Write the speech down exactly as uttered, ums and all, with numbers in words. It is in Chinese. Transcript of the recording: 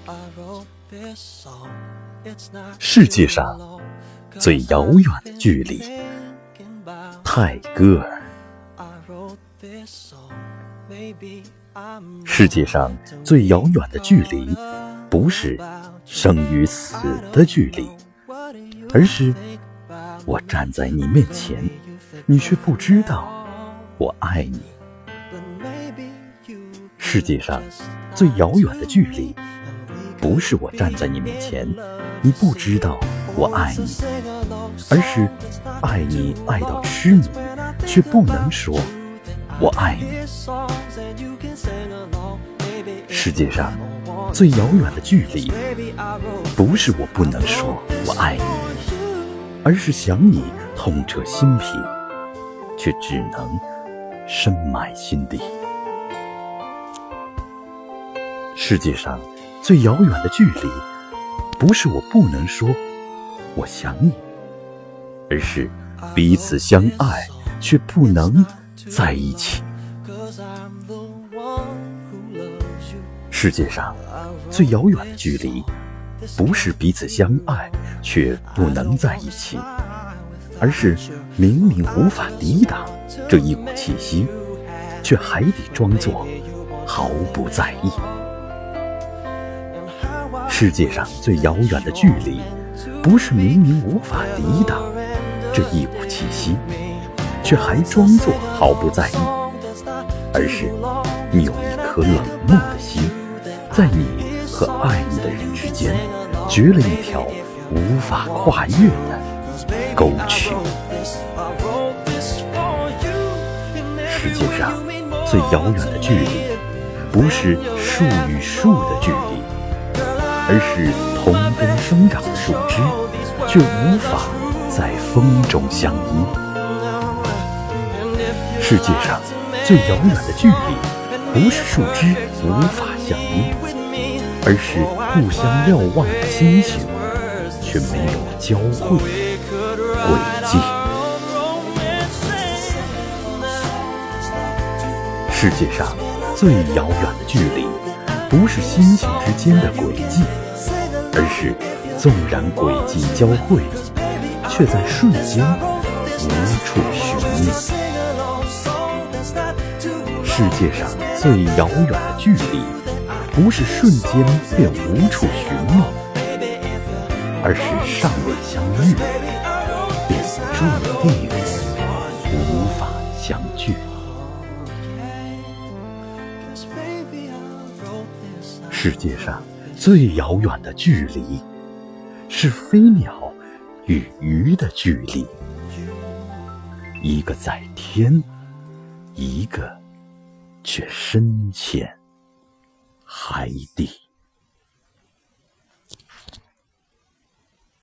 世界上最遥远的距离，泰戈尔。世界上最遥远的距离，不是生与死的距离，而是我站在你面前，你却不知道我爱你。世界上最遥远的距离，不是我站在你面前，你不知道我爱你，而是爱你爱到痴迷，却不能说我爱你。世界上最遥远的距离，不是我不能说我爱你，而是想你痛彻心脾，却只能深埋心底。世界上最遥远的距离，不是我不能说我想你，而是彼此相爱却不能在一起。世界上最遥远的距离，不是彼此相爱却不能在一起，而是明明无法抵挡这一股气息，却还得装作毫不在意。世界上最遥远的距离，不是明明无法抵挡这一股气息，却还装作毫不在意，而是你有一颗冷漠的心，在你和爱你的人之间掘了一条无法跨越的沟渠。世界上最遥远的距离，不是树与树的距离，而是同根生长的树枝，却无法在风中相依。世界上最遥远的距离，不是树枝无法相依，而是互相瞭望的心情，却没有交汇的轨迹。世界上最遥远的距离，不是心情之间的轨迹，而是纵然轨迹交汇，却在瞬间无处寻觅。世界上最遥远的距离，不是瞬间便无处寻觅，而是尚未相遇，便注定无法相聚。世界上最遥远的距离，是飞鸟与鱼的距离，一个在天，一个却深陷海底。